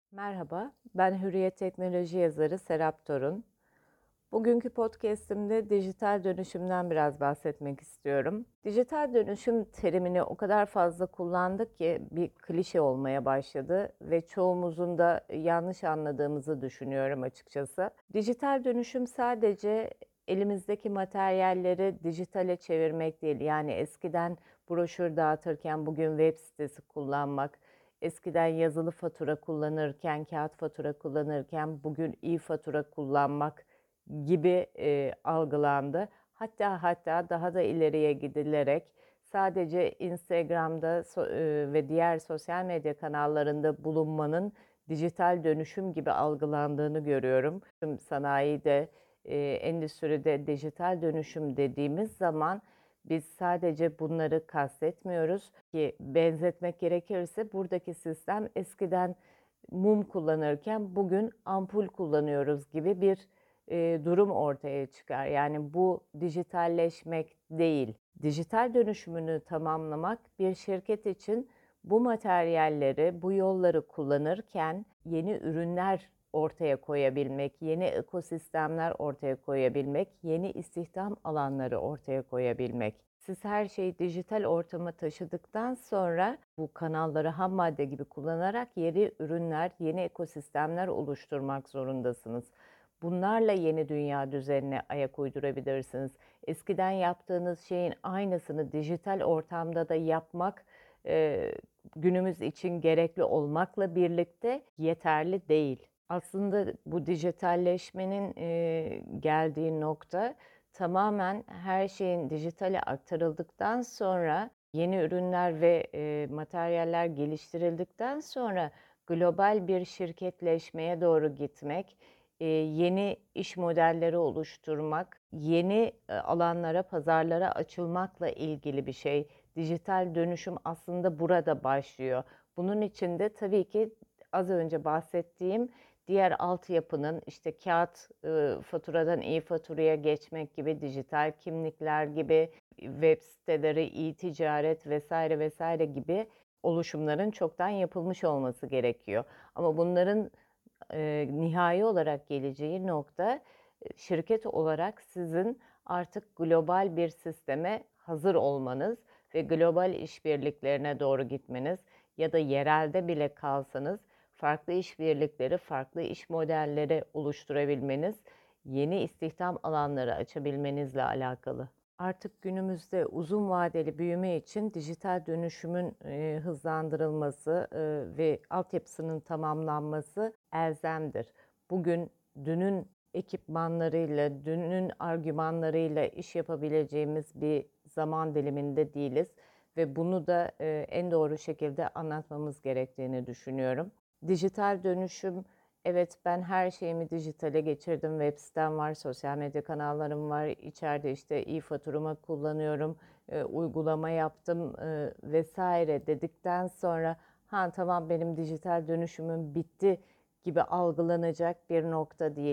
Merhaba, ben Hürriyet Teknoloji yazarı Serap Torun. Bugünkü podcast'imde dijital dönüşümden biraz bahsetmek istiyorum. Dijital dönüşüm terimini o kadar fazla kullandık ki bir klişe olmaya başladı ve çoğumuzun da yanlış anladığımızı düşünüyorum açıkçası. Dijital dönüşüm sadece elimizdeki materyalleri dijitale çevirmek değil. Yani eskiden broşür dağıtırken bugün web sitesi kullanmak, eskiden yazılı fatura kullanırken, kağıt fatura kullanırken bugün e-fatura kullanmak gibi algılandı. Hatta daha da ileriye gidilerek sadece Instagram'da ve diğer sosyal medya kanallarında bulunmanın dijital dönüşüm gibi algılandığını görüyorum. Tüm sanayide, endüstride dijital dönüşüm dediğimiz zaman biz sadece bunları kastetmiyoruz ki benzetmek gerekirse buradaki sistem eskiden mum kullanırken bugün ampul kullanıyoruz gibi bir durum ortaya çıkar. Yani bu dijitalleşmek değil. Dijital dönüşümünü tamamlamak bir şirket için bu materyalleri, bu yolları kullanırken yeni ürünler ortaya koyabilmek, yeni ekosistemler ortaya koyabilmek, yeni istihdam alanları ortaya koyabilmek. Siz her şeyi dijital ortama taşıdıktan sonra bu kanalları ham madde gibi kullanarak yeni ürünler, yeni ekosistemler oluşturmak zorundasınız. Bunlarla yeni dünya düzenine ayak uydurabilirsiniz. Eskiden yaptığınız şeyin aynısını dijital ortamda da yapmak günümüz için gerekli olmakla birlikte yeterli değil. Aslında bu dijitalleşmenin geldiği nokta tamamen her şeyin dijitale aktarıldıktan sonra yeni ürünler ve materyaller geliştirildikten sonra global bir şirketleşmeye doğru gitmek, yeni iş modelleri oluşturmak, yeni alanlara, pazarlara açılmakla ilgili bir şey. Dijital dönüşüm aslında burada başlıyor. Bunun için de tabii ki az önce bahsettiğim diğer altyapının işte kağıt faturadan e-faturaya geçmek gibi, dijital kimlikler gibi, web siteleri, e-ticaret vesaire vesaire gibi oluşumların çoktan yapılmış olması gerekiyor. Ama bunların nihai olarak geleceği nokta şirket olarak sizin artık global bir sisteme hazır olmanız ve global işbirliklerine doğru gitmeniz ya da yerelde bile kalsanız farklı işbirlikleri, farklı iş modelleri oluşturabilmeniz, yeni istihdam alanları açabilmenizle alakalı. Artık günümüzde uzun vadeli büyüme için dijital dönüşümün hızlandırılması ve altyapısının tamamlanması elzemdir. Bugün dünün ekipmanlarıyla, dünün argümanlarıyla iş yapabileceğimiz bir zaman diliminde değiliz ve bunu da en doğru şekilde anlatmamız gerektiğini düşünüyorum. Dijital dönüşüm, evet ben her şeyimi dijitale geçirdim. Web sitem var, sosyal medya kanallarım var. İçeride işte e-faturama kullanıyorum, uygulama yaptım vesaire dedikten sonra ha tamam benim dijital dönüşümüm bitti gibi algılanacak bir nokta değil.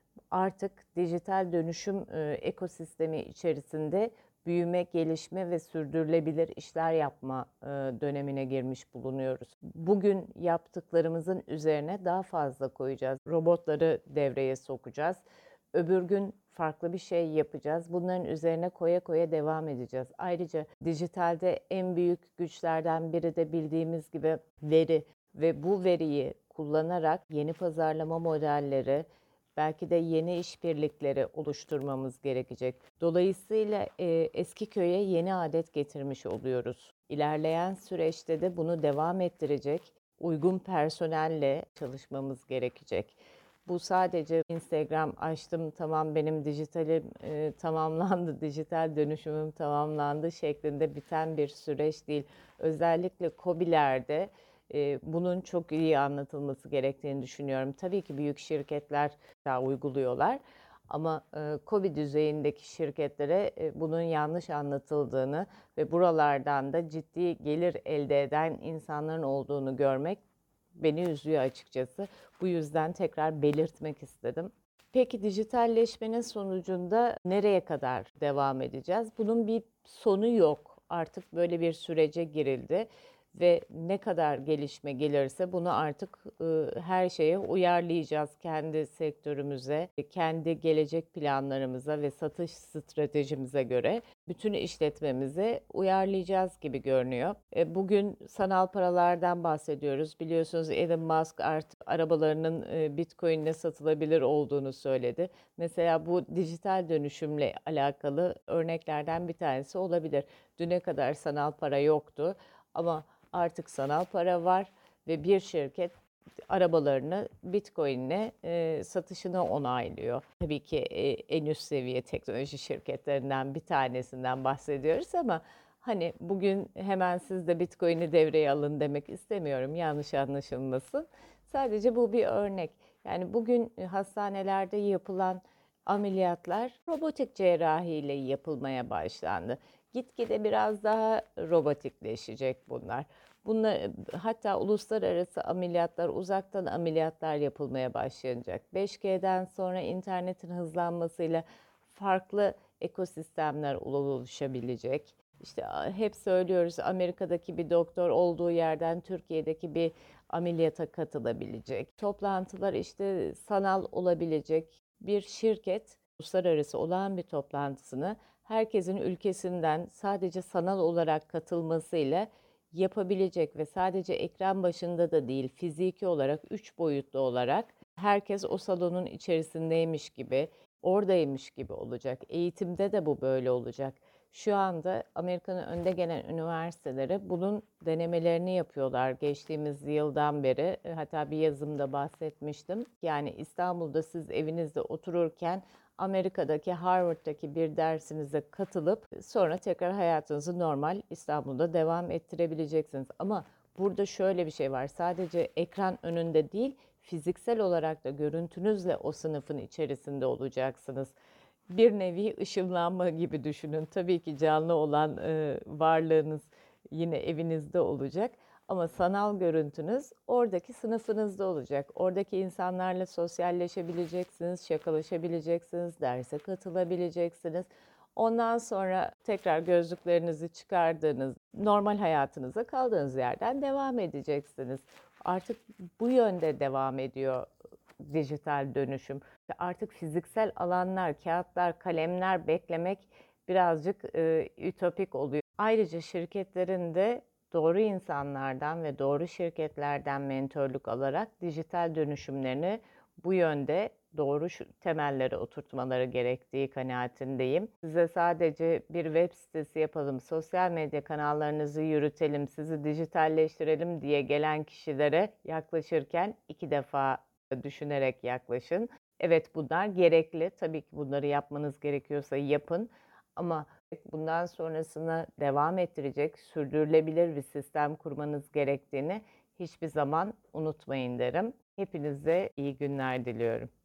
Artık dijital dönüşüm ekosistemi içerisinde büyüme, gelişme ve sürdürülebilir işler yapma dönemine girmiş bulunuyoruz. Bugün yaptıklarımızın üzerine daha fazla koyacağız. Robotları devreye sokacağız. Öbür gün farklı bir şey yapacağız. Bunların üzerine koya koya devam edeceğiz. Ayrıca dijitalde en büyük güçlerden biri de bildiğimiz gibi veri ve bu veriyi kullanarak yeni pazarlama modelleri, belki de yeni işbirlikleri oluşturmamız gerekecek. Dolayısıyla eski köye yeni adet getirmiş oluyoruz. İlerleyen süreçte de bunu devam ettirecek uygun personelle çalışmamız gerekecek. Bu sadece Instagram açtım, tamam benim dijitalim tamamlandı, dijital dönüşümüm tamamlandı şeklinde biten bir süreç değil. Özellikle KOBİ'lerde bunun çok iyi anlatılması gerektiğini düşünüyorum. Tabii ki büyük şirketler daha uyguluyorlar ama KOBİ düzeyindeki şirketlere bunun yanlış anlatıldığını ve buralardan da ciddi gelir elde eden insanların olduğunu görmek beni üzüyor açıkçası. Bu yüzden tekrar belirtmek istedim. Peki dijitalleşmenin sonucunda nereye kadar devam edeceğiz? Bunun bir sonu yok. Artık böyle bir sürece girildi ve ne kadar gelişme gelirse bunu artık her şeye uyarlayacağız kendi sektörümüze, kendi gelecek planlarımıza ve satış stratejimize göre bütün işletmemize uyarlayacağız gibi görünüyor. Bugün sanal paralardan bahsediyoruz. Biliyorsunuz Elon Musk artık arabalarının Bitcoin'le satılabilir olduğunu söyledi. Mesela bu dijital dönüşümle alakalı örneklerden bir tanesi olabilir. Düne kadar sanal para yoktu ama artık sanal para var ve bir şirket arabalarını Bitcoin'le satışını onaylıyor. Tabii ki en üst seviye teknoloji şirketlerinden bir tanesinden bahsediyoruz ama hani bugün hemen siz de Bitcoin'i devreye alın demek istemiyorum. Yanlış anlaşılmasın. Sadece bu bir örnek. Yani bugün hastanelerde yapılan ameliyatlar robotik cerrahiyle yapılmaya başlandı. Gitgide biraz daha robotikleşecek bunlar. Bunlar, hatta uluslararası ameliyatlar, uzaktan ameliyatlar yapılmaya başlanacak. 5G'den sonra internetin hızlanmasıyla farklı ekosistemler oluşabilecek. İşte hep söylüyoruz, Amerika'daki bir doktor olduğu yerden Türkiye'deki bir ameliyata katılabilecek. Toplantılar işte sanal olabilecek. Bir şirket uluslararası olağan bir toplantısını herkesin ülkesinden sadece sanal olarak katılmasıyla yapabilecek ve sadece ekran başında da değil, fiziki olarak, 3 boyutlu olarak herkes o salonun içerisindeymiş gibi, oradaymış gibi olacak. Eğitimde de bu böyle olacak. Şu anda Amerika'nın önde gelen üniversiteleri bunun denemelerini yapıyorlar geçtiğimiz yıldan beri. Hatta bir yazımda bahsetmiştim. Yani İstanbul'da siz evinizde otururken Amerika'daki Harvard'daki bir dersinize katılıp sonra tekrar hayatınızı normal İstanbul'da devam ettirebileceksiniz. Ama burada şöyle bir şey var. Sadece ekran önünde değil, fiziksel olarak da görüntünüzle o sınıfın içerisinde olacaksınız. Bir nevi ışınlanma gibi düşünün. Tabii ki canlı olan varlığınız yine evinizde olacak. Ama sanal görüntünüz oradaki sınıfınızda olacak. Oradaki insanlarla sosyalleşebileceksiniz, şakalaşabileceksiniz, derse katılabileceksiniz. Ondan sonra tekrar gözlüklerinizi çıkardığınız, normal hayatınıza kaldığınız yerden devam edeceksiniz. Artık bu yönde devam ediyor dijital dönüşüm. Artık fiziksel alanlar, kağıtlar, kalemler beklemek birazcık ütopik oluyor. Ayrıca şirketlerin de doğru insanlardan ve doğru şirketlerden mentorluk alarak dijital dönüşümlerini bu yönde doğru temellere oturtmaları gerektiği kanaatindeyim. Size sadece bir web sitesi yapalım, sosyal medya kanallarınızı yürütelim, sizi dijitalleştirelim diye gelen kişilere yaklaşırken 2 defa düşünerek yaklaşın. Evet, bunlar gerekli. Tabii ki bunları yapmanız gerekiyorsa yapın. Ama bundan sonrasını devam ettirecek, sürdürülebilir bir sistem kurmanız gerektiğini hiçbir zaman unutmayın derim. Hepinize iyi günler diliyorum.